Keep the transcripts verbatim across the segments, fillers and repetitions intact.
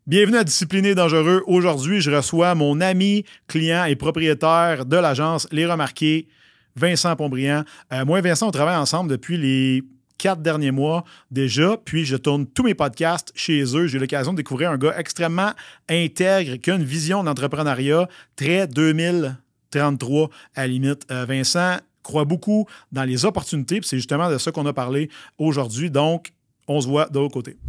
Bienvenue à Discipliné Dangereux. Aujourd'hui, je reçois mon ami, client et propriétaire de l'agence Les Remarqués, Vincent Pontbriand. Euh, moi et Vincent, on travaille ensemble depuis les quatre derniers mois déjà, puis je tourne tous mes podcasts chez eux. J'ai eu l'occasion de découvrir un gars extrêmement intègre, qui a une vision d'entrepreneuriat très deux mille trente-trois à la limite. Euh, Vincent croit beaucoup dans les opportunités, puis c'est justement de ça qu'on a parlé aujourd'hui. Donc, on se voit de l'autre côté.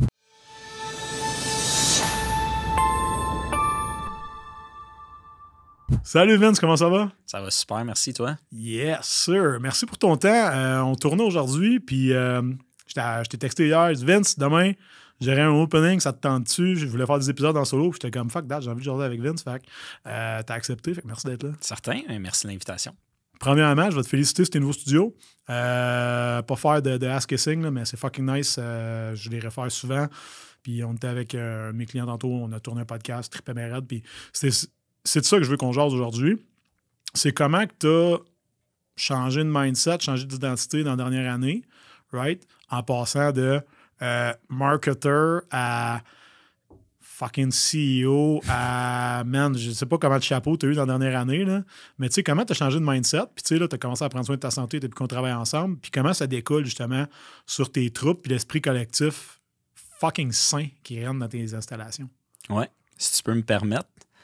Salut Vince, comment ça va? Ça va super, merci toi. Yes, sir. Merci pour ton temps. Euh, on tournait aujourd'hui, puis euh, je t'ai texté hier. Je dis, Vince, demain, j'aurai un opening, ça te tente dessus. Je voulais faire des épisodes en solo, puis j'étais comme fuck that, j'ai envie de jaser avec Vince. Fait que euh, t'as accepté, fait que merci d'être là. Certain, merci de l'invitation. Premièrement, je vais te féliciter sur tes nouveaux studios. Euh, pas faire de, de ass kissing, là, mais c'est fucking nice. Euh, je les réfère souvent. Puis on était avec euh, mes clients tantôt, on a tourné un podcast, Trippé Mérade, puis c'était. C'est de ça que je veux qu'on jase aujourd'hui. C'est comment que tu as changé de mindset, changé d'identité dans la dernière année, right? En passant de euh, marketer à fucking C E O à, man, je sais pas comment de chapeau tu as eu dans la dernière année, là, mais tu sais, comment tu as changé de mindset, puis tu sais, là, tu as commencé à prendre soin de ta santé depuis qu'on travaille ensemble, puis comment ça découle justement sur tes troupes, puis l'esprit collectif fucking sain qui rentre dans tes installations. Ouais, si tu peux me permettre.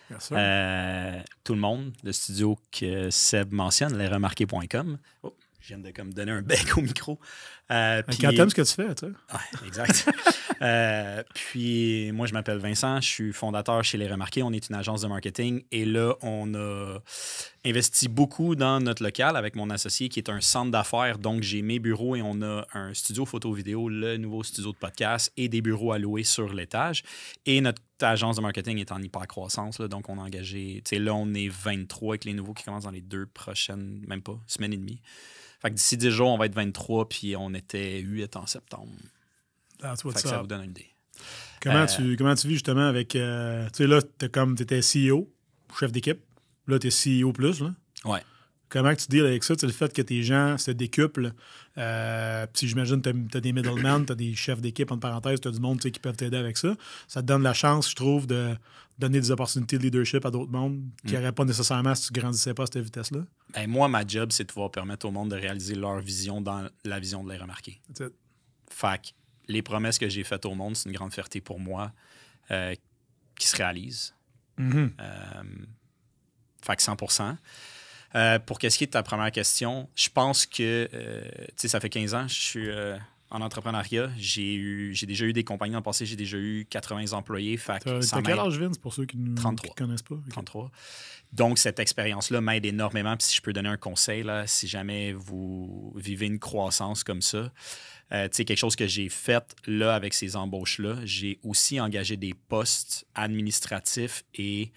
Euh, tout le monde, le studio que Seb mentionne, les remarqués point com. Oh, je viens de comme donner un bec au micro. Euh, puis... Quand t'aimes ce que tu fais, tu sais. Ouais, exact. euh, puis moi, je m'appelle Vincent, je suis fondateur chez Les Remarqués. On est une agence de marketing et là, on a investi beaucoup dans notre local avec mon associé qui est un centre d'affaires. Donc, j'ai mes bureaux et on a un studio photo-vidéo, le nouveau studio de podcast et des bureaux à louer sur l'étage. Et notre agence de marketing est en hyper-croissance. Là, donc, on a engagé... Tu sais, là, on est vingt-trois avec les nouveaux qui commencent dans les deux prochaines, même pas, semaine et demie. Fait que d'ici dix jours, on va être vingt-trois, puis on était huit en septembre. That's what's fait que up. ça vous donne une idée. Comment, euh, tu, comment tu vis justement avec... Euh, tu sais, là, t'es comme, t'étais C E O, chef d'équipe. Là, t'es C E O plus, là. Ouais. Comment tu deals avec ça? C'est le fait que tes gens se décuplent. Euh, puis j'imagine que tu as des middlemen, tu as des chefs d'équipe, entre parenthèses, tu as du monde qui peuvent t'aider avec ça. Ça te donne la chance, je trouve, de donner des opportunités de leadership à d'autres mondes qui n'auraient mm. pas nécessairement si tu grandissais pas à cette vitesse-là. Ben, moi, ma job, c'est de pouvoir permettre au monde de réaliser leur vision dans la vision de Les Remarqués. Fait que les promesses que j'ai faites au monde, c'est une grande fierté pour moi euh, qui se réalisent. Mm-hmm. Euh, fait que cent pour cent. Euh, pour qu'est-ce qui est de ta première question, je pense que, euh, tu sais, ça fait quinze ans que je suis euh, en entrepreneuriat. J'ai eu, j'ai déjà eu des compagnies dans le passé, j'ai déjà eu quatre-vingts employés. Fait que t'as, t'as quel âge, Vince, pour ceux qui ne connaissent pas? Okay. trente-trois. Donc, cette expérience-là m'aide énormément. Puis si je peux donner un conseil, là, si jamais vous vivez une croissance comme ça, euh, tu sais, quelque chose que j'ai fait là avec ces embauches-là, j'ai aussi engagé des postes administratifs et...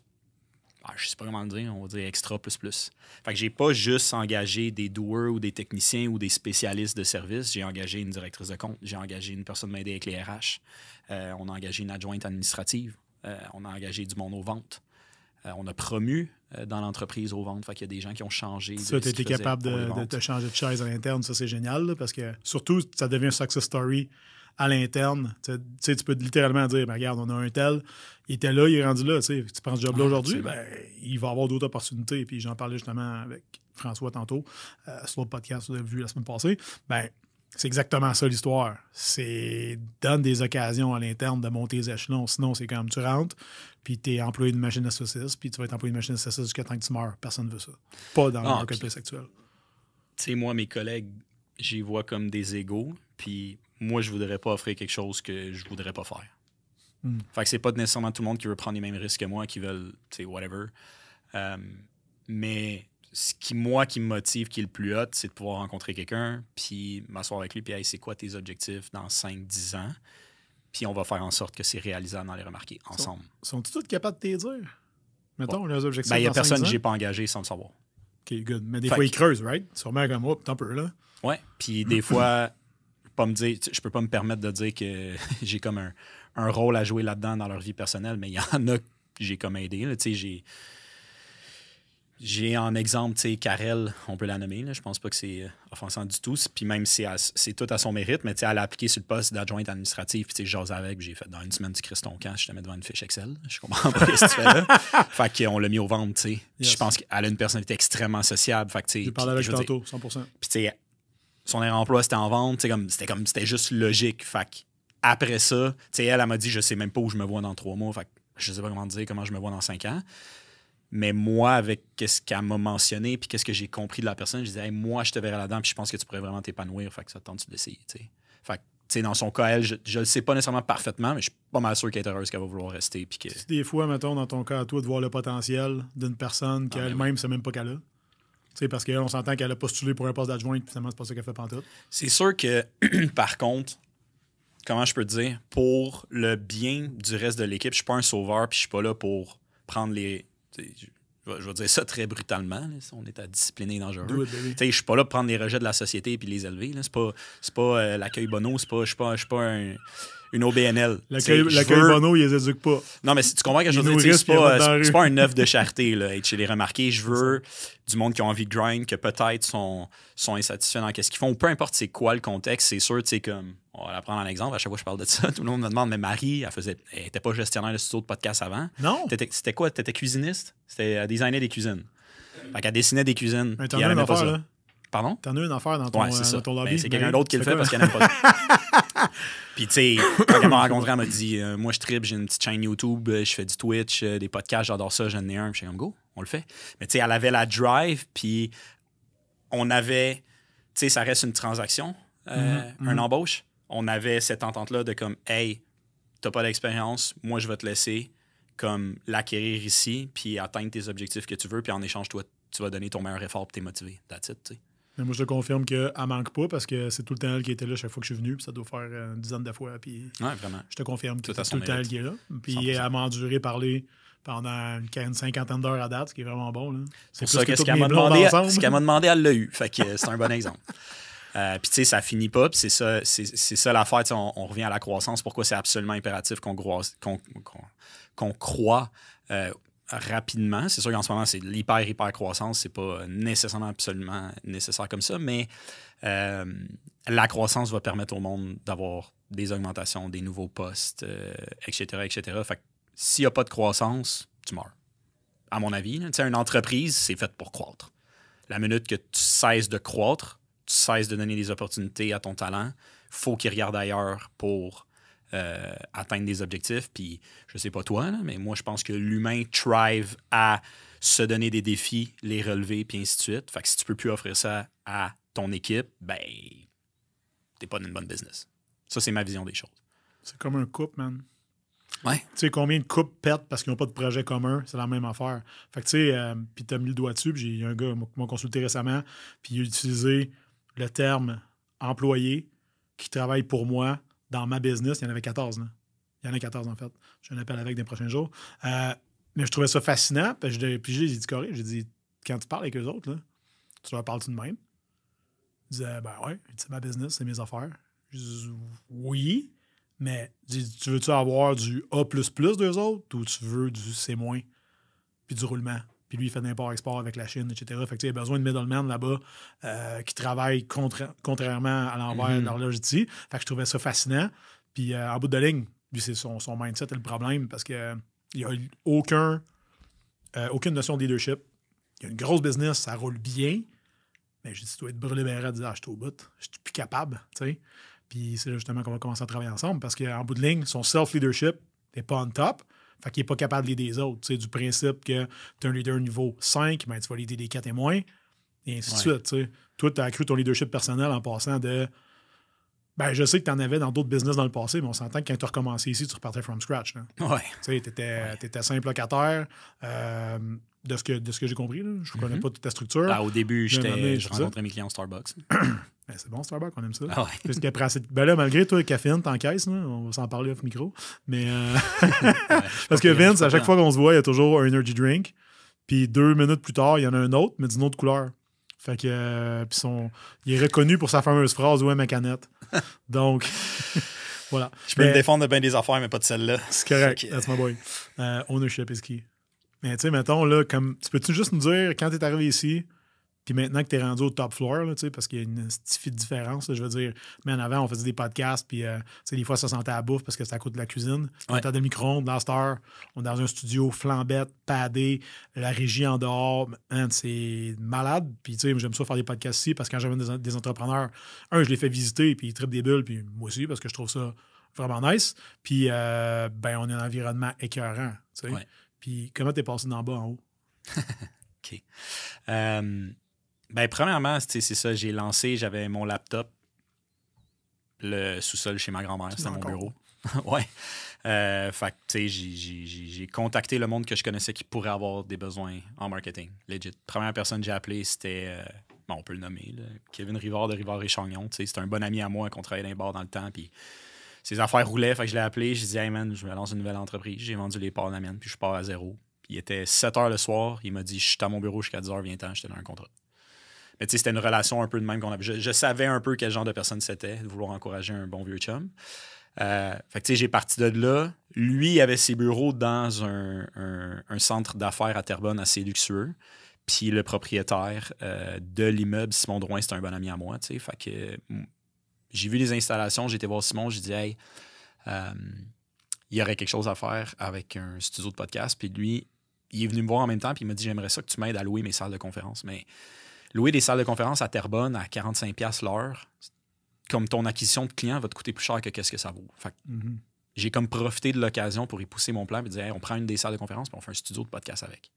Ah, je sais pas comment le dire, on va dire extra plus plus. Fait que j'ai pas juste engagé des doers ou des techniciens ou des spécialistes de service, j'ai engagé une directrice de compte, j'ai engagé une personne m'aider avec les R H, euh, on a engagé une adjointe administrative, euh, on a engagé du monde aux ventes, euh, on a promu euh, dans l'entreprise aux ventes, fait qu'il y a des gens qui ont changé. Ça, tu étais capable de, de te changer de chaise à l'interne, ça c'est génial, là, parce que surtout, ça devient un success story à l'interne. Tu sais, tu peux littéralement dire, ben, regarde, on a un tel, il était là, il est rendu là. Tu prends ce job-là ah, aujourd'hui, ben, il va avoir d'autres opportunités. Puis j'en parlais justement avec François tantôt, euh, sur l'autre podcast que vous avez vu la semaine passée. Ben, c'est exactement ça l'histoire. C'est donne des occasions à l'interne de monter les échelons. Sinon, c'est comme tu rentres, puis tu es employé d'une machine à saucisses, puis tu vas être employé d'une machine à saucisses jusqu'à temps que tu meurs. Personne ne veut ça. Pas dans ah, le marketplace actuel. Tu sais, moi, mes collègues, j'y vois comme des égaux, puis moi, je voudrais pas offrir quelque chose que je voudrais pas faire. Mm. Fait que c'est pas nécessairement tout le monde qui veut prendre les mêmes risques que moi, qui veulent, tu sais, whatever. Euh, mais ce qui, moi, qui me motive, qui est le plus hot, c'est de pouvoir rencontrer quelqu'un, puis m'asseoir avec lui, puis hey, c'est quoi tes objectifs dans cinq dix ans? Puis on va faire en sorte que c'est réalisable dans Les Remarqués, ensemble. Sont-ils tous capables de te dire? Mettons, bon. Les objectifs ben, il y a personne que j'ai pas engagé sans le savoir. OK, good. Mais des fait fois, que... ils creusent, right? Sûrement comme, oh, un peu, là. Ouais, puis des fois... Pas me dire, je peux pas me permettre de dire que j'ai comme un, un rôle à jouer là-dedans dans leur vie personnelle, mais il y en a que j'ai comme aidé. Là, j'ai... j'ai en exemple, tu sais, Karel, on peut la nommer, là, je pense pas que c'est euh, offensant du tout, puis même si c'est tout à son mérite, mais tu sais, elle a appliqué sur le poste d'adjointe administrative, puis tu sais, je jasais avec, puis j'ai fait dans une semaine du Christ ton camp, je te mets devant une fiche Excel, je comprends pas ce que tu fais là. Fait qu'on l'a mis au ventre, tu sais. Yes. Je pense qu'elle a une personnalité extrêmement sociable, fait que tu sais. J'ai parlé avec tantôt, cent pour cent. Puis tu sais, son emploi c'était en vente, tu sais, comme, c'était comme, c'était juste logique, fait que après ça, tu sais, elle, elle m'a dit, je sais même pas où je me vois dans trois mois, fait que je sais pas comment dire, comment je me vois dans cinq ans. Mais moi, avec ce qu'elle m'a mentionné puis qu'est-ce que j'ai compris de la personne, je disais, hey, moi, je te verrais là-dedans puis je pense que tu pourrais vraiment t'épanouir. Fait que ça te tente d'essayer. T'sais. Fait que, t'sais, dans son cas, elle, je ne le sais pas nécessairement parfaitement, mais je suis pas mal sûr qu'elle est heureuse qu'elle va vouloir rester. Puis que... Des fois, mettons, dans ton cas, à toi, de voir le potentiel d'une personne qu'elle-même ne ah, oui. sait même pas qu'elle a. T'sais, parce qu'on s'entend qu'elle a postulé pour un poste d'adjointe puis finalement, c'est pas ça qu'elle fait pantoute. C'est sûr que, par contre, comment je peux te dire, pour le bien du reste de l'équipe, je suis pas un sauveur puis je suis pas là pour prendre les. Je, je vais dire ça très brutalement, là, si on est à discipliner dangereux. Je ne suis pas là pour prendre les rejets de la société et les élever. Ce n'est pas, pas euh, l'accueil Bono, ce n'est pas, pas un, une O B N L. L'accueil veux... Bono, ils les éduquent pas. Non, mais tu comprends que je veux dire, c'est pas, pas un œuvre de charité, là, être chez les remarqués. Je veux du monde qui a envie de grind, que peut-être sont, sont insatisfaits dans ce qu'ils font. Peu importe c'est quoi le contexte, c'est sûr, tu sais, comme. On va la prendre en exemple. À chaque fois que je parle de ça, tout le monde me demande, mais Marie, elle faisait, elle n'était pas gestionnaire de studio de podcast avant. Non. T'étais, c'était quoi? T'étais cuisiniste? C'était elle designait des cuisines. Fait qu'elle dessinait des cuisines. Mais t'en as une affaire, là. Pardon? T'en as une affaire dans ton, ouais, c'est ça. dans ton lobby. Ben, c'est quelqu'un d'autre qui le fait parce qu'elle n'aime pas ça. Puis, tu sais, quand elle m'a rencontré, elle m'a dit euh, moi, je tripe, j'ai une petite chaîne YouTube, je fais du Twitch, euh, des podcasts, j'adore ça, j'en ai un. Puis, je suis comme, go, on le fait. Mais, tu sais, elle avait la drive, puis on avait, tu sais, ça reste une transaction, euh, mm-hmm. un embauche. On avait cette entente-là de comme, hey, t'as pas d'expérience, moi, je vais te laisser comme l'acquérir ici, puis atteindre tes objectifs que tu veux, puis en échange, toi, tu vas donner ton meilleur effort, puis t'es motivé. That's it, tu sais. Mais moi, je te confirme qu'elle manque pas parce que c'est tout le temps elle qui était là chaque fois que je suis venu, puis ça doit faire une dizaine de fois. Puis ouais, vraiment. Je te confirme que tout c'est tout le temps elle qui est là. Puis cent pour cent. Elle m'a enduré parler pendant une, une cinquantaine d'heures à date, ce qui est vraiment bon. Là. C'est pour ça que, que ce qu'elle m'a demandé, ce qu'elle m'a demandé, elle l'a eu. Fait que c'est un bon exemple. Euh, puis, tu sais, ça finit pas. Puis, c'est ça, c'est, c'est ça l'affaire. On, on revient à la croissance. Pourquoi c'est absolument impératif qu'on, groisse, qu'on, qu'on, qu'on croit euh, rapidement. C'est sûr qu'en ce moment, c'est l'hyper, hyper croissance. C'est pas nécessairement absolument nécessaire comme ça. Mais euh, la croissance va permettre au monde d'avoir des augmentations, des nouveaux postes, euh, et cetera, et cetera. Fait que s'il n'y a pas de croissance, tu meurs. À mon avis, tu sais, une entreprise, c'est fait pour croître. La minute que tu cesses de croître, tu cesses de donner des opportunités à ton talent, il faut qu'il regarde ailleurs pour euh, atteindre des objectifs. Puis, je sais pas toi, là, mais moi, je pense que l'humain thrive à se donner des défis, les relever, puis ainsi de suite. Fait que si tu peux plus offrir ça à ton équipe, ben, t'es pas dans une bonne business. Ça, c'est ma vision des choses. C'est comme un couple, man. Ouais. Tu sais, combien de couples pètent parce qu'ils n'ont pas de projet commun, c'est la même affaire. Fait que, tu sais, euh, puis t'as mis le doigt dessus, puis j'ai un gars qui m'a consulté récemment, puis il a utilisé le terme employé qui travaille pour moi dans ma business. Il y en avait quatorze, là. Il y en a quatorze, en fait. J'ai un appel avec des prochains jours. Euh, mais je trouvais ça fascinant. Puis, je, puis j'ai dit, correct, j'ai dit, quand tu parles avec eux autres, là, tu leur parles-tu de même? Ils disaient, ben ouais, c'est ma business, c'est mes affaires. Je dis, oui, mais dis, tu veux-tu avoir du A plus plus d'eux autres ou tu veux du C moins puis du roulement? Puis lui, il fait de l'import-export avec la Chine, et cetera. Fait que, il y a besoin de middlemen là-bas euh, qui travaillent contra- contrairement à l'envers mm-hmm. de l'horloge d'ici. Fait que je trouvais ça fascinant. Puis euh, en bout de ligne, lui, c'est son, son mindset est le problème parce qu'il euh, n'y a aucun, euh, aucune notion de leadership. Il y a une grosse business, ça roule bien. Mais je dis, tu dois être brûlé béret de dire, ah, je suis au bout, je suis plus capable. T'sais. Puis c'est là justement qu'on va commencer à travailler ensemble parce qu'en bout de ligne, son self-leadership n'est pas on top. Fait qu'il n'est pas capable de l'aider les autres. T'sais, du principe que tu es un leader niveau cinq, ben, tu vas l'aider des quatre et moins, et ainsi ouais. de suite. T'sais. Toi, tu as accru ton leadership personnel en passant de. Ben, je sais que tu en avais dans d'autres business dans le passé, mais on s'entend que quand tu as recommencé ici, tu repartais from scratch. Ouais. Tu étais ouais. simple locataire. Euh, de ce que, de ce que j'ai compris, là. Je ne connais mm-hmm. pas toute ta structure. Ah, au début, j'étais, je rencontrais mes clients au Starbucks. Ben, c'est bon, Starbucks, on aime ça. Ah ouais. Assez... Ben là, malgré toi, caféine, t'encaisses, on va s'en parler off micro. Mais euh... ouais, parce que Vince, à chaque fois qu'on se voit, il y a toujours un energy drink. Puis deux minutes plus tard, il y en a un autre, mais d'une autre couleur. Fait que euh, puis son... il est reconnu pour sa fameuse phrase ouais, ma canette. Donc, voilà. Je peux mais... me défendre de bien des affaires, mais pas de celle-là. C'est correct. Okay. That's my boy. Uh, ownership is key. Mais tu sais, mettons, là, comme, tu peux-tu juste nous dire quand tu es arrivé ici, puis maintenant que tu es rendu au top floor, là, parce qu'il y a une petite différence, là, je veux dire, mais en avant, on faisait des podcasts, puis euh, des fois, ça sentait à la bouffe parce que c'était à côté de la cuisine. On était dans le micro-ondes, dans cette heure, on est dans un studio flambette, padé, la régie en dehors, man, c'est malade. Puis, tu sais, j'aime ça faire des podcasts ici parce que quand j'avais des, des entrepreneurs, un, je les fais visiter, puis ils trippent des bulles, puis moi aussi, parce que je trouve ça vraiment nice. Puis, euh, ben, on est dans un environnement écœurant, tu sais. Ouais. Puis, comment t'es passé d'en bas en haut? OK. Euh... Ben, premièrement, c'est ça. J'ai lancé, j'avais mon laptop, le sous-sol chez ma grand-mère, c'était mon bureau. ouais. Euh, fait que, tu sais, j'ai contacté le monde que je connaissais qui pourrait avoir des besoins en marketing. Legit. Première personne que j'ai appelée, c'était, euh, bon, on peut le nommer, là, Kevin Rivard de Rivard et Chagnon. C'était un bon ami à moi qu'on travaillait dans les bars dans le temps. Puis ses affaires roulaient. Fait que je l'ai appelé. J'ai dit, hey man, je me lance une nouvelle entreprise. J'ai vendu les parts de la mienne, puis je pars à zéro. Puis il était sept heures le soir. Il m'a dit, je suis à mon bureau jusqu'à dix heures, viens-t'en, j'étais dans un contrat. Mais tu sais, c'était une relation un peu de même qu'on avait. Je, je savais un peu quel genre de personne c'était, de vouloir encourager un bon vieux chum. Euh, fait que tu sais, j'ai parti de là. Lui, il avait ses bureaux dans un, un, un centre d'affaires à Terrebonne assez luxueux. Puis le propriétaire euh, de l'immeuble, Simon Drouin, c'est un bon ami à moi, tu sais. Fait que euh, j'ai vu les installations, j'ai été voir Simon, j'ai dit, hey, euh, il y aurait quelque chose à faire avec un studio de podcast. Puis lui, il est venu me voir en même temps, puis il m'a dit, j'aimerais ça que tu m'aides à louer mes salles de conférence. Mais louer des salles de conférence à Terrebonne à quarante-cinq dollars l'heure, comme ton acquisition de clients va te coûter plus cher que qu'est-ce que ça vaut. Fait que mm-hmm. J'ai comme profité de l'occasion pour y pousser mon plan et dire hey, on prend une des salles de conférence puis on fait un studio de podcast avec.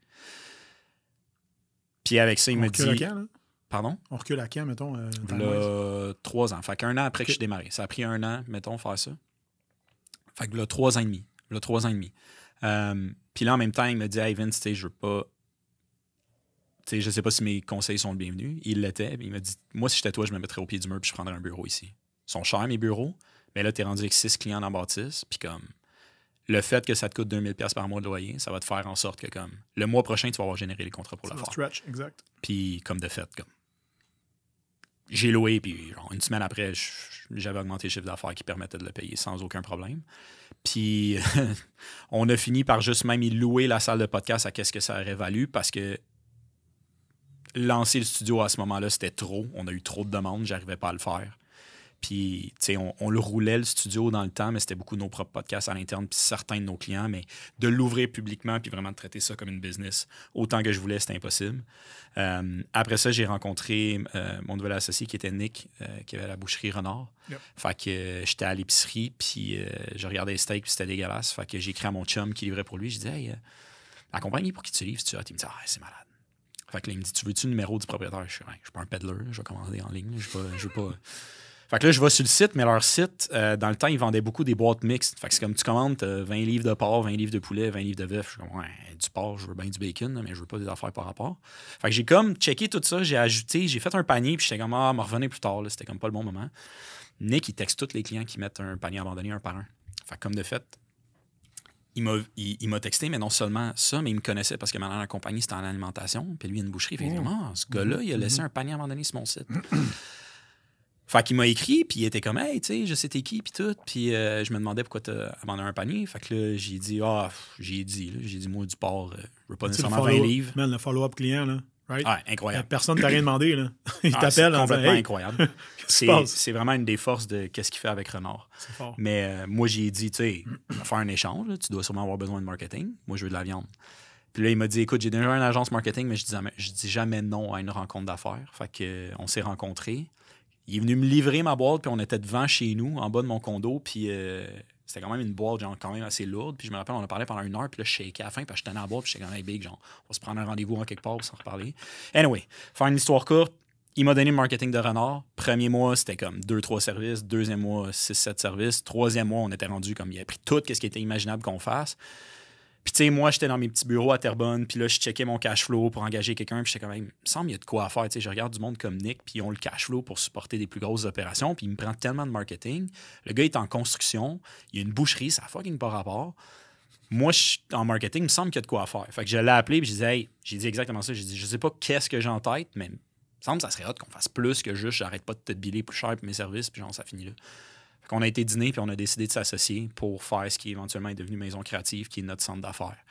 Puis avec ça, il on me dit... À quand, là? Pardon? On recule à quand, mettons? Euh, là, trois ans. Fait qu'un an après okay. que je démarrais. Ça a pris un an, mettons, faire ça. Fait que là, trois ans et demi. Là, trois ans et demi. Euh, puis là, en même temps, il me dit hey Vince, tu sais, je veux pas... T'sais, je sais pas si mes conseils sont le bienvenu. Il l'était. Il m'a dit moi, si j'étais toi, je me mettrais au pied du mur puis je prendrais un bureau ici. Ils sont chers, mes bureaux, mais là, tu es rendu avec six clients dans bâtisse. Puis comme le fait que ça te coûte deux mille dollars par mois de loyer, ça va te faire en sorte que comme le mois prochain, tu vas avoir généré les contrats pour la faire. Stretch, exact. Puis comme de fait, comme j'ai loué, puis genre, une semaine après, j'avais augmenté le chiffre d'affaires qui permettait de le payer sans aucun problème. Puis on a fini par juste même y louer la salle de podcast à qu'est-ce que ça aurait valu parce que lancer le studio à ce moment-là, c'était trop. On a eu trop de demandes, j'arrivais pas à le faire. Puis, tu sais, on, on le roulait, le studio, dans le temps, mais c'était beaucoup nos propres podcasts à l'interne, puis certains de nos clients, mais de l'ouvrir publiquement, puis vraiment de traiter ça comme une business, autant que je voulais, c'était impossible. Euh, après ça, j'ai rencontré euh, mon nouvel associé, qui était Nick, euh, qui avait la boucherie Renard. Yep. Fait que euh, j'étais à l'épicerie, puis euh, je regardais les steaks, puis c'était dégueulasse. Fait que j'ai écrit à mon chum qui livrait pour lui. Je dis, hey, euh, la compagnie pour qui tu livres, tu as? Il me dit, ah, c'est malade. Fait que là, il me dit, tu veux-tu le numéro du propriétaire? Je suis, hey, je suis pas un peddler, je vais commander en ligne. Je veux pas. Je veux pas... Fait que là, je vais sur le site, mais leur site, euh, dans le temps, ils vendaient beaucoup des boîtes mixtes. Fait que c'est comme tu commandes euh, vingt livres de porc, vingt livres de poulet, vingt livres de bœuf. Je suis comme, ouais, du porc, je veux bien du bacon, mais je veux pas des affaires par rapport. Fait que j'ai comme checké tout ça, j'ai ajouté, j'ai fait un panier, puis j'étais comme, ah, m'en revenez plus tard, c'était comme pas le bon moment. Nick, il texte tous les clients qui mettent un panier abandonné un par un. Fait que comme de fait, il m'a il, il texté, mais non seulement ça, mais il me connaissait parce que ma dernière compagnie, c'était en alimentation, puis lui, il a une boucherie. Fait que, ah, ce gars-là, il a laissé un panier abandonné sur mon site. Fait qu'il m'a écrit, puis il était comme, hey, tu sais, je sais t'es qui, puis tout. Puis euh, je me demandais pourquoi t'as abandonné un panier. Fait que là, j'ai dit, ah, j'ai dit, là, j'ai dit, moi, du porc, euh, je veux pas nécessairement vingt livres. Man, le follow-up client, là. Right? Ouais, incroyable. Personne t'a rien demandé, là. Il ah, t'appelle en disant, complètement hey, incroyable. C'est vraiment une des forces de qu'est-ce qu'il fait avec Renard. C'est fort. Mais euh, moi, j'ai dit, tu sais, on va faire un échange, là, tu dois sûrement avoir besoin de marketing. Moi, je veux de la viande. Puis là, il m'a dit, écoute, j'ai déjà une agence marketing, mais je dis jamais, je dis jamais non à une rencontre d'affaires. Fait que, euh, on s'est rencontrés. Il est venu me livrer ma boîte, puis on était devant chez nous, en bas de mon condo, puis euh, c'était quand même une boîte genre quand même assez lourde. Puis je me rappelle, on a parlé pendant une heure, puis là, je shakeais à la fin, puis je tenais la boîte, puis j'étais quand même big, genre, on va se prendre un rendez-vous en quelque part pour s'en reparler. Anyway, faire une histoire courte, il m'a donné le marketing de Renard. Premier mois, c'était comme deux trois services. Deuxième mois, six sept services. Troisième mois, on était rendu comme, il a pris tout ce qui était imaginable qu'on fasse. Puis, tu sais, moi, j'étais dans mes petits bureaux à Terrebonne, puis là, je checkais mon cash flow pour engager quelqu'un, puis j'étais comme, il me semble qu'il y a de quoi à faire. Tu sais, je regarde du monde comme Nick, puis ils ont le cash flow pour supporter des plus grosses opérations, puis il me prend tellement de marketing. Le gars est en construction, il y a une boucherie, ça a fucking pas rapport. Moi, je, en marketing, il me semble qu'il y a de quoi à faire. Fait que je l'ai appelé, puis je disais, hey, j'ai dit exactement ça. J'ai dit, je sais pas qu'est-ce que j'ai en tête, mais il me semble que ça serait hot qu'on fasse plus que juste, j'arrête pas de te biller plus cher pour mes services, puis genre, ça finit là. Fait qu'on a été dîner, puis on a décidé de s'associer pour faire ce qui éventuellement est devenu Maison Créative, qui est notre centre d'affaires.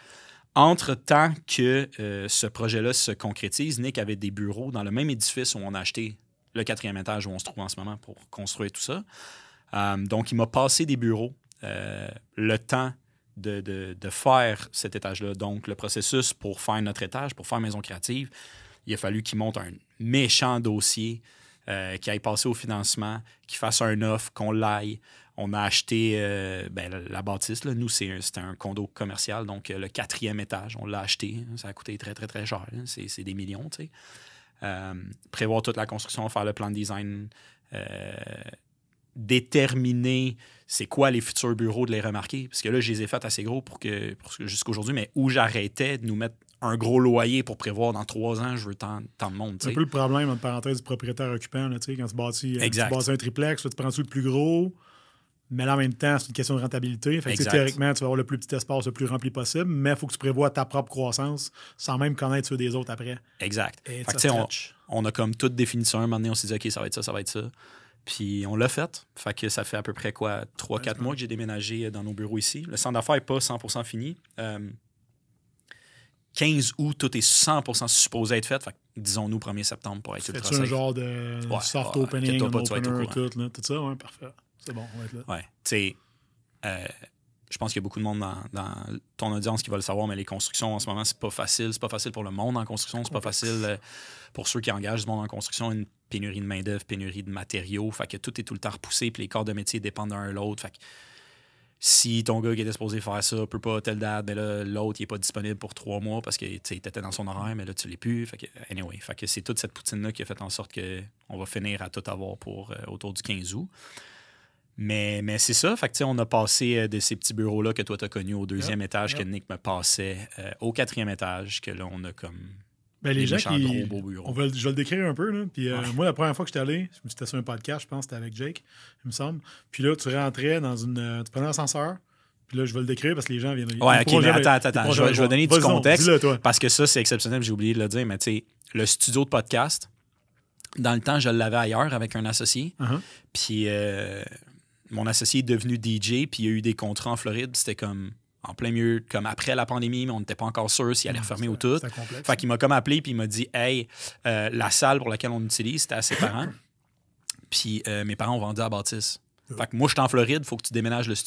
Entre-temps que euh, ce projet-là se concrétise, Nick avait des bureaux dans le même édifice où on a acheté le quatrième étage où on se trouve en ce moment pour construire tout ça. Euh, donc, il m'a passé des bureaux euh, le temps de, de, de faire cet étage-là. Donc, le processus pour faire notre étage, pour faire Maison Créative, il a fallu qu'il monte un méchant dossier, euh, qu'il aille passer au financement, qu'il fasse un offre, qu'on l'aille. On a acheté euh, ben, la, la bâtisse. Là. Nous, c'est un, c'était un condo commercial, donc euh, le quatrième étage, on l'a acheté. Ça a coûté très, très, très cher. C'est, c'est des millions, tu sais. Euh, prévoir toute la construction, faire le plan de design, euh, déterminer c'est quoi les futurs bureaux, de les remarquer. Parce que là, je les ai faits assez gros pour que, pour que jusqu'à aujourd'hui, mais où j'arrêtais de nous mettre un gros loyer pour prévoir dans trois ans, je veux tant, tant de monde. C'est un peu le problème, entre parenthèses, du propriétaire occupant. Là, quand tu bâtis, euh, tu bâtis un triplex, là, tu prends-tu le plus gros, mais là, en même temps, c'est une question de rentabilité. Fait que, théoriquement, tu vas avoir le plus petit espace le plus rempli possible, mais il faut que tu prévoies ta propre croissance sans même connaître ceux des autres après. Exact. Fait que, on, on a comme tout défini ça. Un moment donné, on s'est dit, OK, ça va être ça, ça va être ça. Puis on l'a fait. Fait que ça fait à peu près quoi, trois quatre mois que j'ai déménagé dans nos bureaux ici. Le centre d'affaires n'est pas cent pour cent fini. Euh, quinze août, tout est cent pour cent supposé être fait. Fait que, disons-nous, premier septembre pour être ultra safe. C'est un genre de ouais, soft ouais, opening, un opener, tout, là, tout ça, ouais, parfait. C'est bon, on va être là. Ouais, tu sais, euh, je pense qu'il y a beaucoup de monde dans, dans ton audience qui va le savoir, mais les constructions en ce moment, c'est pas facile. C'est pas facile pour le monde en construction. C'est pas facile euh, pour ceux qui engagent du monde en construction. Une pénurie de main-d'œuvre, pénurie de matériaux. Fait que tout est tout le temps repoussé, puis les corps de métier dépendent d'un à l'autre. Fait que si ton gars qui était supposé faire ça peut pas telle date, ben là, l'autre, il est pas disponible pour trois mois parce qu'il était dans son horaire, mais là, tu l'es plus. Fait que, anyway, fait que c'est toute cette poutine-là qui a fait en sorte qu'on va finir à tout avoir pour euh, autour du quinze août. Mais, mais c'est ça. Fait que, on a passé euh, de ces petits bureaux-là que toi, tu as connus au deuxième yep, étage, yep. que Nick me passait euh, au quatrième étage, que là, on a comme. Ben, les gens qui. Gros, beaux bureaux. On va, je vais le décrire un peu. Là. Puis, euh, ouais. Moi, la première fois que j'étais allé, c'était sur un podcast, je pense, c'était avec Jake, il me semble. Puis là, tu rentrais dans une. Tu prenais l'ascenseur. Puis là, je vais le décrire parce que les gens viennent. Ouais, ok, mais attends, attends, attends. Je vais, je vais donner du contexte. Parce que ça, c'est exceptionnel, j'ai oublié de le dire. Mais tu sais, le studio de podcast, dans le temps, je l'avais ailleurs avec un associé. Uh-huh. Puis. Euh, mon associé est devenu D J, puis il y a eu des contrats en Floride. C'était comme en plein milieu, comme après la pandémie, mais on n'était pas encore sûr s'il allait refermer ou tout. Fait qu'il m'a comme appelé, puis il m'a dit « Hey, euh, la salle pour laquelle on utilise, c'était à ses parents. Puis euh, mes parents ont vendu à bâtisse. Fait que moi, je suis en Floride, il faut que tu déménages le studio. »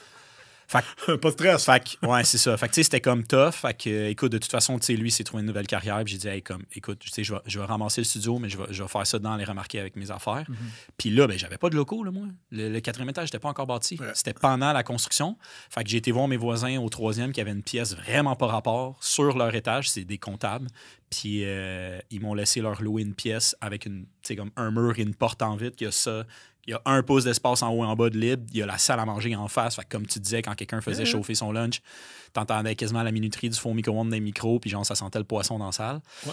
Fait que, pas de stress. Fait que, ouais, c'est ça. Fait que, tu sais, c'était comme tough. Fait que, euh, écoute, de toute façon, tu sais, lui, il s'est trouvé une nouvelle carrière. Puis j'ai dit, hey, comme, écoute, tu sais, je vais, je vais ramasser le studio, mais je vais, je vais faire ça dans les remarqués avec mes affaires. Mm-hmm. Puis là, ben, j'avais pas de locaux, là, moi. Le, le quatrième étage, j'étais pas encore bâti. Ouais. C'était pendant la construction. Fait que j'ai été voir mes voisins au troisième qui avaient une pièce vraiment pas rapport sur leur étage. C'est des comptables. Puis euh, ils m'ont laissé leur louer une pièce avec une, tu sais, comme un mur et une porte en vitre. Il y a ça. Il y a un pouce d'espace en haut et en bas de libre. Il y a la salle à manger en face. Fait que comme tu disais, quand quelqu'un faisait chauffer son lunch, t'entendais quasiment la minuterie du fond micro-ondes des micros, puis genre, ça sentait le poisson dans la salle. Ouais.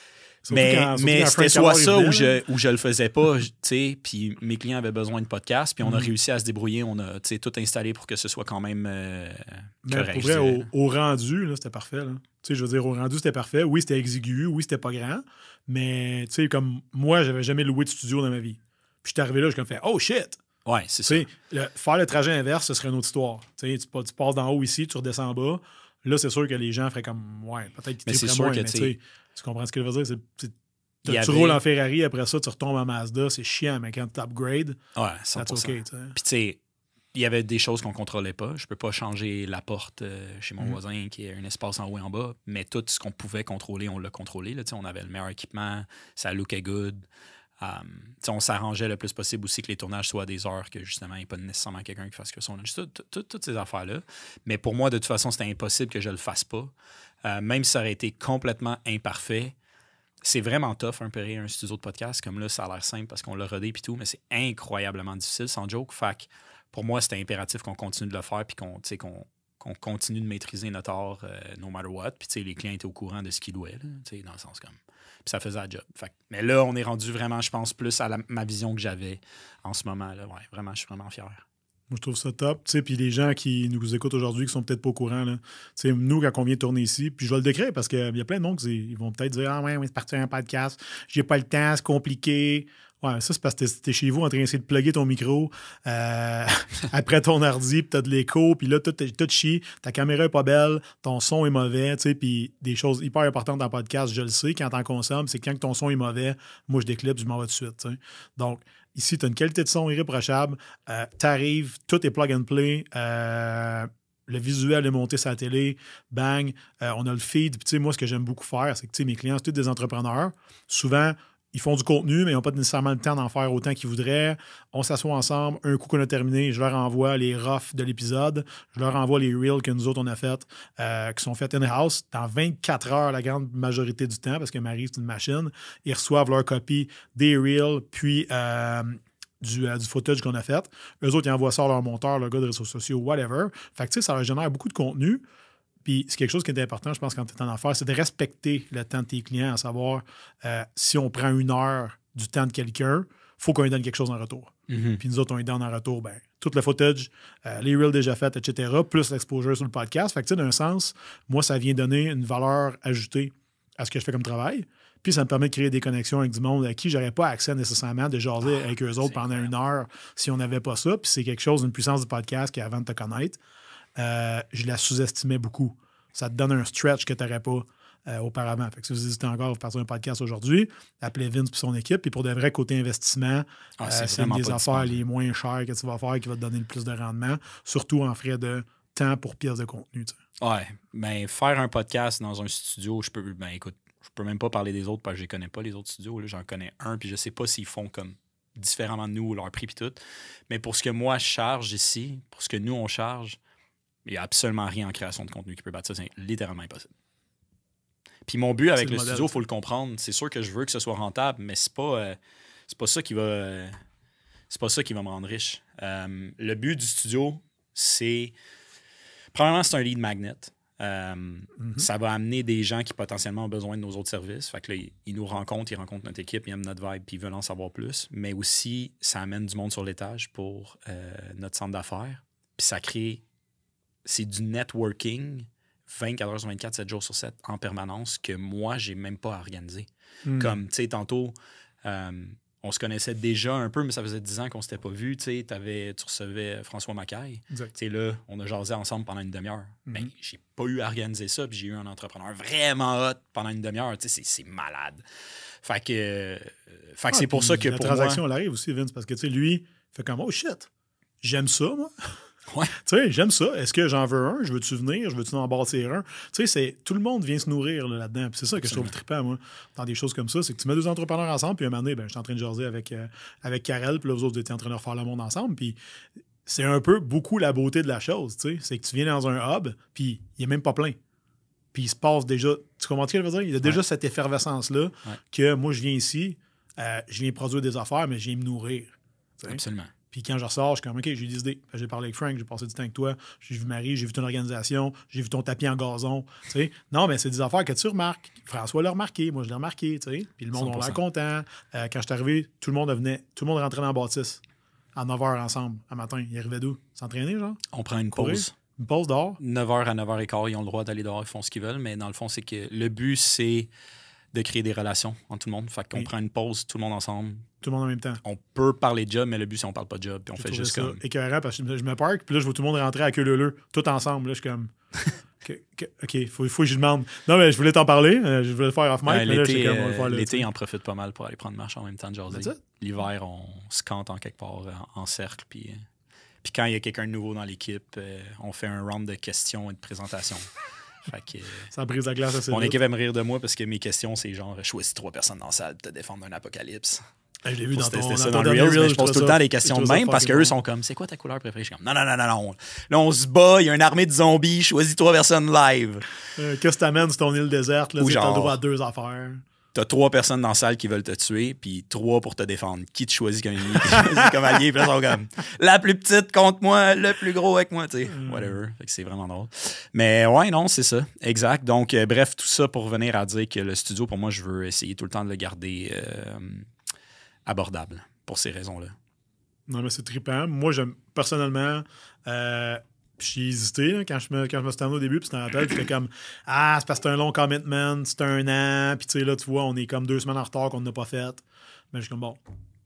Mais, quand, mais c'était soit ça ou je, ou je le faisais pas, tu sais, puis mes clients avaient besoin de podcast, puis on a mm-hmm. réussi à se débrouiller. On a, tu sais, tout installé pour que ce soit quand même euh, correct. Pour vrai, au, au rendu, là, c'était parfait, là. Tu sais, je veux dire, au rendu, c'était parfait. Oui, c'était exigu. Oui, c'était pas grand. Mais, tu sais, comme moi, j'avais jamais loué de studio dans ma vie. Puis je suis arrivé là, j'ai comme fait « Oh shit! » Ouais, c'est ça. Le, faire le trajet inverse, ce serait une autre histoire. Tu, tu passes d'en haut ici, tu redescends en bas. Là, c'est sûr que les gens feraient comme « Ouais, peut-être qu'ils tripperaient moins. » Mais tu tu comprends ce que je veux dire? C'est, c'est, tu avait... roules en Ferrari, après ça, tu retombes en Mazda. C'est chiant, mais quand tu upgrades, ouais, c'est OK. Puis tu sais, il y avait des choses qu'on ne contrôlait pas. Je peux pas changer la porte euh, chez mon mm. voisin qui a un espace en haut et en bas, mais tout ce qu'on pouvait contrôler, on l'a contrôlé. Là, on avait le meilleur équipement, ça lookait good. Um, on s'arrangeait le plus possible aussi que les tournages soient à des heures que justement il n'y ait pas nécessairement quelqu'un qui fasse que son lunch. Toutes tout, tout, ces affaires-là. Mais pour moi, de toute façon, c'était impossible que je le fasse pas. Euh, même si ça aurait été complètement imparfait, c'est vraiment tough un peu un studio de podcast. Comme là, ça a l'air simple parce qu'on l'a rodé et tout, mais c'est incroyablement difficile, sans joke. Fait que pour moi, c'était impératif qu'on continue de le faire puis qu'on, qu'on, qu'on continue de maîtriser notre art euh, no matter what. Puis les clients étaient au courant de ce qu'ils louaient, là, dans le sens comme... Puis ça faisait la job. Fait, mais là, on est rendu vraiment, je pense, plus à la, ma vision que j'avais en ce moment. Là. Ouais, vraiment, je suis vraiment fier. Moi, je trouve ça top. Puis les gens qui nous écoutent aujourd'hui, qui sont peut-être pas au courant, là, nous, quand on vient tourner ici, puis je vais le décrire parce qu'il y a plein de monde qui ils vont peut-être dire « Ah ouais, mais c'est parti un podcast, j'ai pas le temps, c'est compliqué. » Ouais, ça, c'est parce que t'es chez vous en train d'essayer de plugger ton micro euh, après ton ordi, puis t'as de l'écho, puis là, tout, tout chie, ta caméra est pas belle, ton son est mauvais, tu sais, puis des choses hyper importantes dans le podcast, je le sais, quand t'en consommes, c'est quand ton son est mauvais, moi, je déclipse, je m'en vais tout de suite, tu sais. Donc, ici, t'as une qualité de son irréprochable, euh, t'arrives, tout est plug and play, euh, le visuel est monté sur la télé, bang, euh, on a le feed, puis tu sais, moi, ce que j'aime beaucoup faire, c'est que, tu sais, mes clients, c'est tous des entrepreneurs, souvent, ils font du contenu, mais ils n'ont pas nécessairement le temps d'en faire autant qu'ils voudraient. On s'assoit ensemble. Un coup qu'on a terminé, je leur envoie les roughs de l'épisode. Je leur envoie les reels que nous autres, on a fait, euh, qui sont faits in-house dans vingt-quatre heures la grande majorité du temps, parce que Marie, c'est une machine. Ils reçoivent leur copie des reels, puis euh, du, euh, du footage qu'on a fait. Eux autres, ils envoient ça à leur monteur, leur gars de réseaux sociaux, whatever. Fait que, tu sais, ça leur génère beaucoup de contenu. Puis c'est quelque chose qui est important, je pense, quand tu es en affaires, c'est de respecter le temps de tes clients, à savoir euh, si on prend une heure du temps de quelqu'un, il faut qu'on lui donne quelque chose en retour. Mm-hmm. Puis nous autres, on lui donne en retour ben, tout le footage, euh, les reels déjà faits, et cetera, plus l'exposure sur le podcast. Fait que tu sais, d'un sens, moi, ça vient donner une valeur ajoutée à ce que je fais comme travail. Puis ça me permet de créer des connexions avec du monde à qui j'aurais pas accès nécessairement, de jaser ah, avec eux autres pendant une heure si on n'avait pas ça. Puis c'est quelque chose, une puissance du podcast qui, avant de te connaître, Euh, je la sous-estimais beaucoup. Ça te donne un stretch que tu n'aurais pas euh, auparavant. Fait que si vous hésitez encore à faire un podcast aujourd'hui, appelez Vince et son équipe. Puis pour de vrais côtés investissement, ah, c'est, euh, c'est une des affaires les moins chères que tu vas faire qui va te donner le plus de rendement, surtout en frais de temps pour pièces de contenu. Tu sais. Ouais, ben faire un podcast dans un studio, je peux, ben écoute, je peux même pas parler des autres parce que je les connais pas, les autres studios. Là, j'en connais un, puis je sais pas s'ils font comme différemment de nous, leur prix puis tout. Mais pour ce que moi je charge ici, pour ce que nous on charge, il n'y a absolument rien en création de contenu qui peut battre ça. C'est littéralement impossible. Puis mon but avec le, le studio, il faut le comprendre. C'est sûr que je veux que ce soit rentable, mais c'est pas, euh, c'est pas ça qui va euh, c'est pas ça qui va me rendre riche. Euh, le but du studio, c'est... Premièrement, c'est un lead magnet. Euh, mm-hmm. Ça va amener des gens qui potentiellement ont besoin de nos autres services. Fait que là, ils, ils nous rencontrent, ils rencontrent notre équipe, ils aiment notre vibe, puis ils veulent en savoir plus. Mais aussi, ça amène du monde sur l'étage pour euh, notre centre d'affaires. Puis ça crée... C'est du networking vingt-quatre heures sur vingt-quatre, sept jours sur sept en permanence que moi, j'ai même pas à organiser. Mm. Comme, tu sais, tantôt, euh, on se connaissait déjà un peu, mais ça faisait dix ans qu'on s'était pas vus. Tu sais, tu recevais François Macaille. Tu sais, là, on a jasé ensemble pendant une demi-heure. Mm-hmm. Ben, j'ai pas eu à organiser ça, puis j'ai eu un entrepreneur vraiment hot pendant une demi-heure. Tu sais, c'est, c'est malade. Fait que, euh, fait que ah, c'est pour ça que la pour transaction, moi... elle arrive aussi, Vince, parce que, tu sais, lui, fait comme, oh shit, j'aime ça, moi. Ouais. Tu sais, j'aime ça. Est-ce que j'en veux un? Je veux-tu venir? Je veux-tu en bâtir un? Tu sais, c'est, tout le monde vient se nourrir là, là-dedans. Puis c'est ça que Absolument. Je trouve trippant, moi, dans des choses comme ça. C'est que tu mets deux entrepreneurs ensemble, puis un moment donné, ben, je suis en train de jaser avec, euh, avec Karel, puis là, vous autres, vous étiez en train de refaire le monde ensemble. Puis c'est un peu beaucoup la beauté de la chose, tu sais. C'est que tu viens dans un hub, puis il n'est même pas plein. Puis il se passe déjà... Tu comprends ce que je veux dire? Il y a déjà ouais. cette effervescence-là ouais. que moi, je viens ici, euh, je viens produire des affaires, mais je viens me nourrir. T'sais? Absolument. Puis quand je ressors, je suis comme, OK, j'ai des idées. J'ai parlé avec Frank, j'ai passé du temps avec toi, j'ai vu Marie, j'ai vu ton organisation, j'ai vu ton tapis en gazon. T'sais. Non, mais c'est des affaires que tu remarques. François l'a remarqué, moi je l'ai remarqué. T'sais. Puis le monde a l'air content. Euh, quand je suis arrivé, tout le monde venait, tout le monde rentrait dans la bâtisse à neuf heures ensemble, à matin. Ils arrivaient d'où? S'entraîner, genre? On prend une pause. Une pause dehors? neuf heures à neuf heures quinze, ils ont le droit d'aller dehors, ils font ce qu'ils veulent, mais dans le fond, c'est que le but, c'est de créer des relations entre tout le monde. Fait qu'on oui. prend une pause, tout le monde ensemble. Tout le monde en même temps. On peut parler de job, mais le but, c'est qu'on parle pas de job. Puis on J'ai fait juste ça comme... écœurant parce que je me parque, puis là, je vois tout le monde rentrer à queue leu-leu, tout ensemble. Là, je suis comme... OK, il faut, faut que je demande. Non, mais je voulais t'en parler. Je voulais le faire off mic. Euh, mais l'été, là, comme, on va le faire là, l'été, il en profite pas mal pour aller prendre marche en même temps de jaser. L'hiver, on se cante en quelque part en, en cercle. Puis, puis quand il y a quelqu'un de nouveau dans l'équipe, euh, on fait un round de questions et de présentations. Fait que, ça brise la glace assez mon vite. équipe va me rire de moi parce que mes questions, c'est genre choisis trois personnes dans la salle pour te défendre d'un apocalypse. Je l'ai vu dans ton, dans ça ton dans Reels, Reels, mais je pose tout le temps ça, les questions de même parce qu'eux bon. sont comme c'est quoi ta couleur préférée? Je suis comme non, non, non, non, non. Là, on se bat, il y a une armée de zombies, choisis trois personnes live. Euh, qu'est-ce que t'amènes sur ton île déserte? Là, t'as le droit à deux affaires. T'as trois personnes dans la salle qui veulent te tuer, puis trois pour te défendre. Qui te choisit comme ennemi? Comme allié? Puis là, ils sont comme la plus petite contre moi, le plus gros avec moi, tu sais. Mm. Whatever. Fait que c'est vraiment drôle. Mais ouais, non, c'est ça. Exact. Donc, euh, bref, tout ça pour venir à dire que le studio, pour moi, je veux essayer tout le temps de le garder euh, abordable pour ces raisons-là. Non, mais c'est trippant. Moi, j'aime personnellement. Euh, j'ai hésité là, quand je me, quand je me suis tourné au début, puis c'était dans la tête, j'étais comme ah, c'est parce que c'est un long commitment, c'est un an, puis tu sais, là, tu vois, on est comme deux semaines en retard qu'on n'a pas fait. Mais je suis comme bon,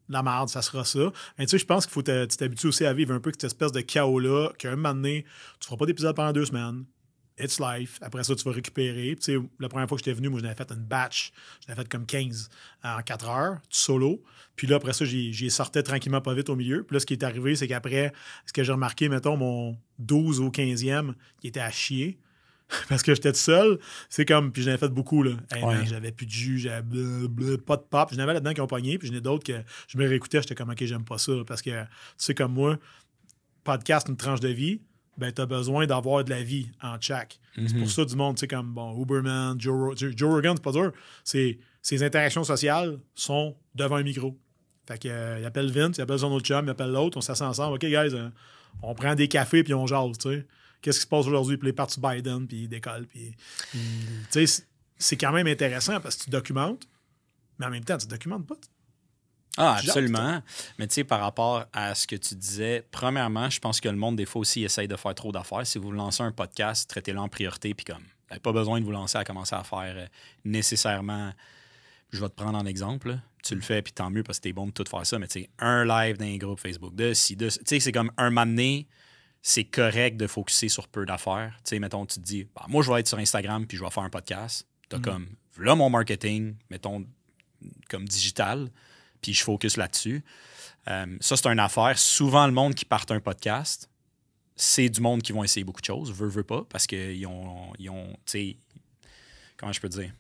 de la merde, ça sera ça. Mais tu sais, je pense qu'il faut que tu t'habitues aussi à vivre un peu cette espèce de chaos-là, qu'à un moment donné, tu feras pas d'épisode pendant deux semaines. It's life. Après ça, tu vas récupérer. Tu sais, la première fois que j'étais venu, moi, j'en avais fait une batch. J'en avais fait comme quinze en quatre heures, solo. Puis là, après ça, j'y, j'y sortais tranquillement pas vite au milieu. Puis là, ce qui est arrivé, c'est qu'après, ce que j'ai remarqué, mettons, mon douze au quinzième, qui était à chier, parce que j'étais tout seul, c'est comme, puis j'en avais fait beaucoup, là. Hey, Ouais. man, j'avais plus de jus, j'avais bleu, bleu, pas de pop. J'en avais là-dedans qui ont pogné, puis j'en ai d'autres que je me réécoutais, j'étais comme, OK, j'aime pas ça. Parce que, tu sais, comme moi, podcast, une tranche de vie, ben, tu as besoin d'avoir de la vie en check. Mm-hmm. C'est pour ça du monde, tu sais, comme bon, Uberman, Joe, Joe Rogan, c'est pas dur. C'est, ses interactions sociales sont devant un micro. Fait qu'il euh, appelle Vince, il appelle son autre chum, il appelle l'autre, on s'assoit ensemble. OK, guys, euh, on prend des cafés puis on jase, tu sais. Qu'est-ce qui se passe aujourd'hui? Puis les partis Biden, puis ils décollent. Puis, puis tu sais, c'est quand même intéressant parce que tu documentes, mais en même temps, tu documentes pas. Ah, absolument. Mais tu sais, par rapport à ce que tu disais, premièrement, je pense que le monde, des fois aussi, essaye de faire trop d'affaires. Si vous lancez un podcast, traitez-le en priorité, puis comme, vous n'avez pas besoin de vous lancer à commencer à faire euh, nécessairement. Je vais te prendre en exemple. Là. Tu le fais, puis tant mieux, parce que t'es bon de tout faire ça. Mais tu sais, un live dans un groupe Facebook, de si, de. Tu sais, c'est comme un moment donné, c'est correct de focusser sur peu d'affaires. Tu sais, mettons, tu te dis, bah, moi, je vais être sur Instagram, puis je vais faire un podcast. T'as mm-hmm. comme, là, mon marketing, mettons, comme digital. Puis je focus là-dessus. Euh, ça, c'est une affaire. Souvent, le monde qui part un podcast, c'est du monde qui vont essayer beaucoup de choses, veut, veut pas, parce qu'ils ont, ils ont tu sais, comment je peux dire?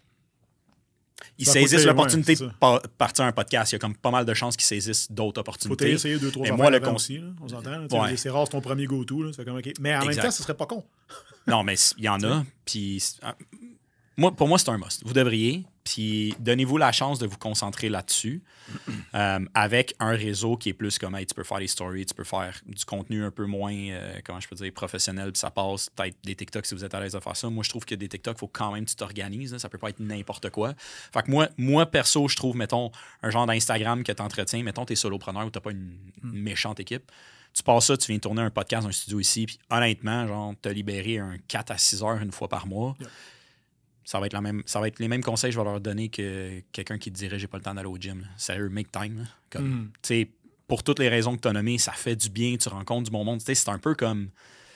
Ils ça saisissent l'opportunité ouais, de pa- partir un podcast. Il y a comme pas mal de chances qu'ils saisissent d'autres opportunités. Faut essayer deux, trois Mais affaires moi, le con... aussi, là, on s'entend. Ouais. C'est rare, c'est ton premier go-to. Là, c'est comme, okay. Mais en exact. Même temps, ce serait pas con. Non, mais il y en a. Puis, moi, pour moi, c'est un must. Vous devriez. Puis donnez-vous la chance de vous concentrer là-dessus euh, avec un réseau qui est plus comme hey, tu peux faire des stories, tu peux faire du contenu un peu moins, euh, comment je peux dire, professionnel, puis ça passe. Peut-être des TikTok si vous êtes à l'aise de faire ça. Moi, je trouve que des TikTok, il faut quand même que tu t'organises. Hein, ça peut pas être n'importe quoi. Fait que moi, moi, perso, je trouve, mettons, un genre d'Instagram que tu entretiens. Mettons, tu es solopreneur ou tu n'as pas une, une méchante équipe. Tu passes ça, tu viens tourner un podcast dans un studio ici, puis honnêtement, genre, tu as libéré un quatre à six heures une fois par mois. Yeah. Ça va être la même, ça va être les mêmes conseils que je vais leur donner que quelqu'un qui te dirait j'ai pas le temps d'aller au gym. Sérieux, make time. Là. Comme, mm. tu sais, pour toutes les raisons que tu as nommées, ça fait du bien, tu rencontres du bon monde. Tu sais, c'est un peu comme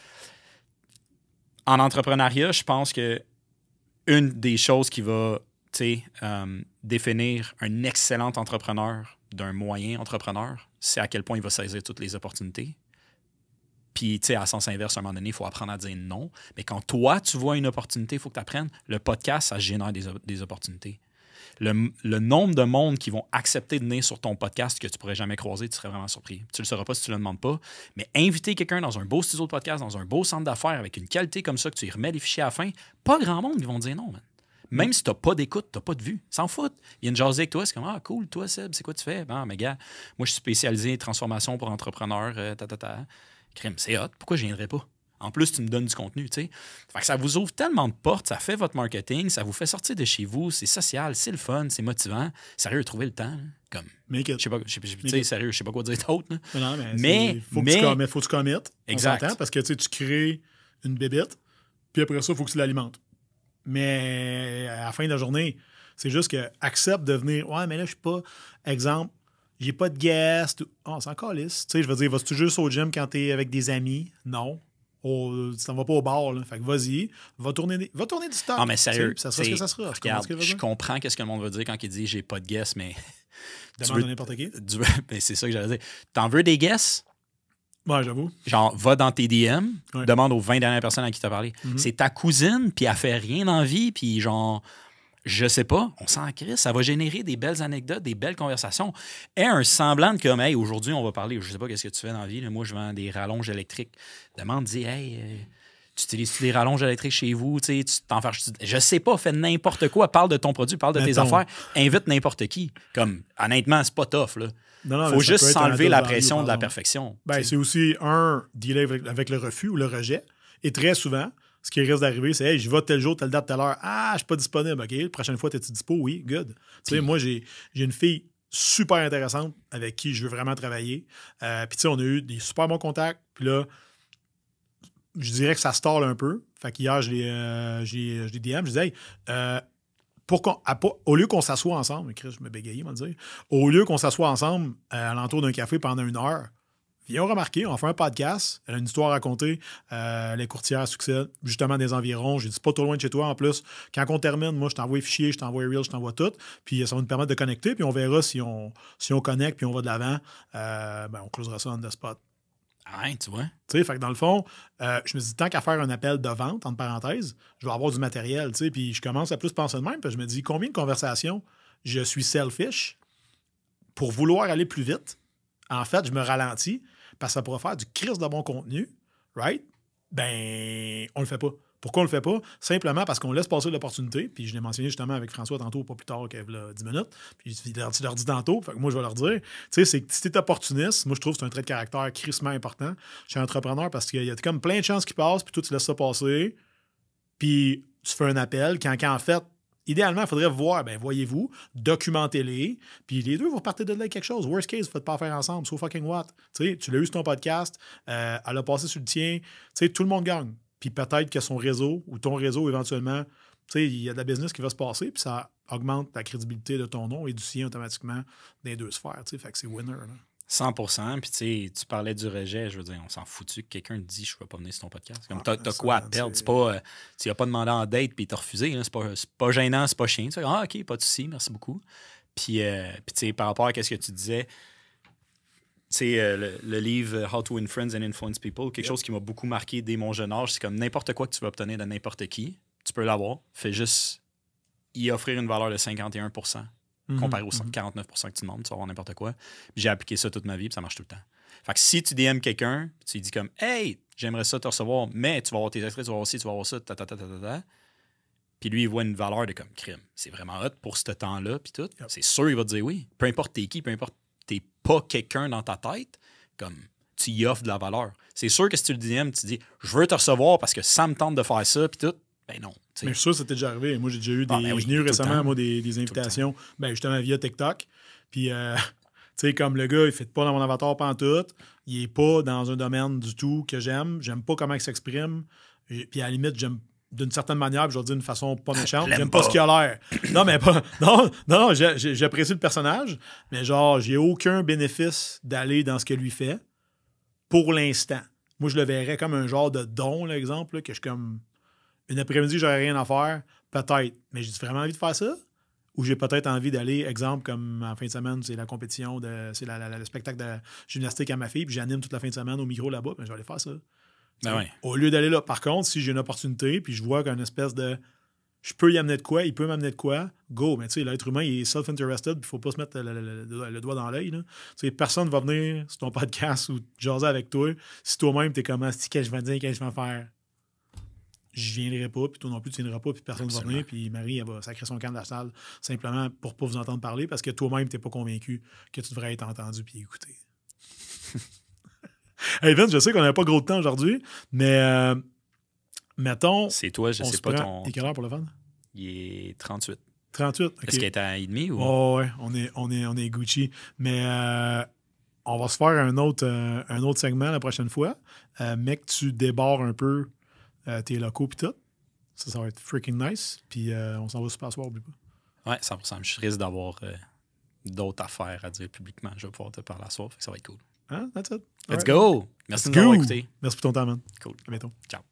en entrepreneuriat, je pense que une des choses qui va, tu sais, euh, définir un excellent entrepreneur d'un moyen entrepreneur, c'est à quel point il va saisir toutes les opportunités. Puis, tu sais, à sens inverse, à un moment donné, il faut apprendre à dire non. Mais quand toi, tu vois une opportunité, il faut que tu apprennes. Le podcast, ça génère des, des opportunités. Le, le nombre de monde qui vont accepter de venir sur ton podcast que tu ne pourrais jamais croiser, tu serais vraiment surpris. Tu ne le sauras pas si tu ne le demandes pas. Mais inviter quelqu'un dans un beau studio de podcast, dans un beau centre d'affaires, avec une qualité comme ça, que tu y remets les fichiers à la fin, pas grand monde qui vont dire non, man. Même mm. si tu n'as pas d'écoute, tu n'as pas de vue. S'en foutent. Il y a une jasée avec toi, c'est comme ah, cool, toi, Seb, c'est quoi tu fais? Ben, mais gars, moi, je suis spécialisé en transformation pour entrepreneurs, euh, ta, ta, ta. Crème, c'est hot. Pourquoi je ne viendrais pas? En plus, tu me donnes du contenu, tu sais. Fait que ça vous ouvre tellement de portes, ça fait votre marketing, ça vous fait sortir de chez vous, c'est social, c'est le fun, c'est motivant. Sérieux, trouvez le temps. Là. Comme, je sais pas, je sais, sérieux, je sais pas quoi dire d'autre. Là. Mais non, mais, mais faut mais, que tu faut que tu commettes. Exact. Parce que tu crées une bébête, puis après ça, il faut que tu l'alimentes. Mais à la fin de la journée, c'est juste que accepte de venir. Ouais, mais là, je suis pas. Exemple. J'ai pas de guest. Oh, c'est encore lisse. Tu sais, je veux dire, vas-tu juste au gym quand t'es avec des amis? Non. Oh, tu t'en vas pas au bar, là. Fait que vas-y. Va tourner, va tourner du stock. Ah, mais sérieux. Ça sera ce que ça sera. Regarde, que je comprends qu'est-ce que le monde veut dire quand il dit j'ai pas de guest, mais. Demande veux, à n'importe qui. Tu veux, mais c'est ça que j'allais dire. T'en veux des guests? Ouais, j'avoue. Genre, va dans tes D M, ouais. demande aux vingt dernières personnes à qui t'as parlé. Mm-hmm. C'est ta cousine, puis elle fait rien dans la vie, puis genre. Je sais pas, on s'en crisse, ça va générer des belles anecdotes, des belles conversations. Et un semblant de comme, hey, aujourd'hui, on va parler, je sais pas qu'est-ce que tu fais dans la vie, là. Moi, je vends des rallonges électriques. Demande, dis, hey, euh, tu utilises-tu des rallonges électriques chez vous, tu sais, tu t'en fais, je sais pas, fais n'importe quoi, parle de ton produit, parle de Mettons. tes affaires, invite n'importe qui. Comme, honnêtement, c'est pas tough, là. Non, non, faut juste s'enlever la pression de la perfection. Ben, c'est aussi un, dealer avec, avec le refus ou le rejet. Et très souvent, ce qui risque d'arriver, c'est hey, j'y vais tel jour, telle date, telle heure. Ah, je suis pas disponible. OK, la prochaine fois, t'es-tu dispo? Oui, good. Tu sais, moi, j'ai, j'ai une fille super intéressante avec qui je veux vraiment travailler. Euh, puis, tu sais, on a eu des super bons contacts. Puis là, je dirais que ça stall un peu. Fait qu'hier, je l'ai, euh, j'ai, je l'ai D M. Je disais, hey, euh, pour qu'on, à, au lieu qu'on s'assoie ensemble, Chris, je me bégayais, on va dire, au lieu qu'on s'assoie ensemble euh, à l'entour d'un café pendant une heure, viens remarquer, on fait un podcast, elle a une histoire à raconter, euh, les courtières à succès, justement des environs, j'ai dit pas trop loin de chez toi en plus. Quand on termine, moi je t'envoie les fichiers, je t'envoie les reels, je t'envoie tout, puis ça va nous permettre de connecter, puis on verra si on, si on connecte, puis on va de l'avant, euh, ben, on closera ça on the spot. Ah, tu vois. Tu sais, fait que dans le fond, euh, je me dis, tant qu'à faire un appel de vente, entre parenthèses, je vais avoir du matériel, tu sais, puis je commence à plus penser de même, puis je me dis, combien de conversations je suis selfish pour vouloir aller plus vite? En fait, je me ralentis, parce que ça pourrait faire du crise de bon contenu, right? Ben, on le fait pas. Pourquoi on le fait pas? Simplement parce qu'on laisse passer l'opportunité, puis je l'ai mentionné justement avec François tantôt, pas plus tard qu'il y a dix minutes, puis je leur, je leur dis tantôt, fait que moi je vais leur dire, tu sais, c'est que si t'es opportuniste, moi je trouve que c'est un trait de caractère crissement important. Je suis entrepreneur parce qu'il y a comme plein de chances qui passent, puis toi tu laisses ça passer, puis tu fais un appel, quand, quand en fait, idéalement, il faudrait voir, ben voyez-vous, documentez-les, puis les deux, vous repartez de là avec quelque chose. Worst case, vous ne faites pas affaire ensemble, so fucking what? Tu sais, tu l'as eu sur ton podcast, euh, elle a passé sur le tien, tu sais, tout le monde gagne. Puis peut-être que son réseau ou ton réseau, éventuellement, tu sais, il y a de la business qui va se passer, puis ça augmente la crédibilité de ton nom et du sien automatiquement dans les deux sphères, tu sais, fait que c'est winner, là. cent pour cent. Puis, tu sais, tu parlais du rejet. Je veux dire, on s'en foutu que quelqu'un te dit je ne vais pas venir sur ton podcast. Comme, t'as, t'as quoi à perdre? C'est pas, euh, tu n'as pas demandé en date puis il t'a refusé. Là. C'est, pas, c'est pas gênant, c'est pas chiant. Tu fais, ah, OK, pas de souci, merci beaucoup. Puis, euh, puis tu sais, par rapport à ce que tu disais, tu sais, euh, le, le livre How to Win Friends and Influence People, quelque yep. chose qui m'a beaucoup marqué dès mon jeune âge, c'est comme n'importe quoi que tu veux obtenir de n'importe qui, tu peux l'avoir. Fais juste y offrir une valeur de cinquante et un pour cent. Mm-hmm. Comparé aux quarante-neuf pour cent que tu demandes, tu vas avoir n'importe quoi. Puis j'ai appliqué ça toute ma vie, puis ça marche tout le temps. Fait que si tu D M quelqu'un, tu lui dis comme « Hey, j'aimerais ça te recevoir, mais tu vas avoir tes extraits, tu vas avoir ci, tu vas avoir ça, ta ta ta ta ta ta. » Puis lui, il voit une valeur de comme crime. C'est vraiment hot pour ce temps-là, puis tout. Yep. C'est sûr, il va te dire oui. Peu importe t'es qui, peu importe t'es pas quelqu'un dans ta tête, comme tu y offres de la valeur. C'est sûr que si tu le D M, tu dis « Je veux te recevoir parce que ça me tente de faire ça, puis tout. » Ben non. T'sais. Mais je suis sûr que c'était déjà arrivé. Moi, j'ai déjà eu des. Ah, ben oui, j'ai eu récemment moi, des, des invitations, ben, justement via TikTok. Puis, euh, tu sais, comme le gars, il ne fait pas dans mon avatar pantoute. Il n'est pas dans un domaine du tout que j'aime. J'aime pas comment il s'exprime. Puis, à la limite, j'aime d'une certaine manière, puis je vais le dire d'une façon pas méchante, j'aime pas. pas ce qu'il a l'air. Non, mais pas. Non, non, non j'ai, j'ai, j'apprécie le personnage, mais genre, j'ai aucun bénéfice d'aller dans ce que lui fait pour l'instant. Moi, je le verrais comme un genre de don, l'exemple, là, que je suis comme. Une après-midi, j'aurais rien à faire, peut-être. Mais j'ai vraiment envie de faire ça? Ou j'ai peut-être envie d'aller, exemple, comme en fin de semaine, c'est la compétition, de, c'est la, la, le spectacle de gymnastique à ma fille, puis j'anime toute la fin de semaine au micro là-bas, mais je vais aller faire ça. Ben ouais. Au lieu d'aller là. Par contre, si j'ai une opportunité, puis je vois qu'une espèce de... Je peux y amener de quoi, il peut m'amener de quoi, go. Mais tu sais, l'être humain, il est self-interested, puis il faut pas se mettre le, le, le, le doigt dans l'œil. Tu sais, personne va venir sur ton podcast ou jaser avec toi si toi-même, t'es comme, qu'est-ce que je vais dire, qu'est-ce que je vais faire? Je viendrai pas, puis toi non plus, tu viendras pas, puis personne ne va venir, puis Marie, elle va sacrer son camp de la salle, simplement pour pas vous entendre parler, parce que toi-même, t'es pas convaincu que tu devrais être entendu puis écouté. Hey Vince, je sais qu'on n'avait pas gros de temps aujourd'hui, mais euh, mettons... C'est toi, je sais pas ton... T'es quelle heure pour le fun? Il est trente-huit. trente-huit, OK. Est-ce qu'il est à et demi ou... Oh, ouais, on est, on est, on est Gucci. Mais euh, on va se faire un autre, euh, un autre segment la prochaine fois, euh, mais que tu débarres un peu Euh, tes locaux pis tout. Ça, ça va être freaking nice. Puis euh, on s'en va super soir, oublie pas. Ouais, cent pour cent. Je risque d'avoir euh, d'autres affaires à dire publiquement. Je vais pouvoir te parler à soir. Fait que ça va être cool. Hein? That's it. Let's right. go! Merci Let's de nous avoir go. écouté. Merci pour ton temps, man. Cool. À bientôt. Ciao.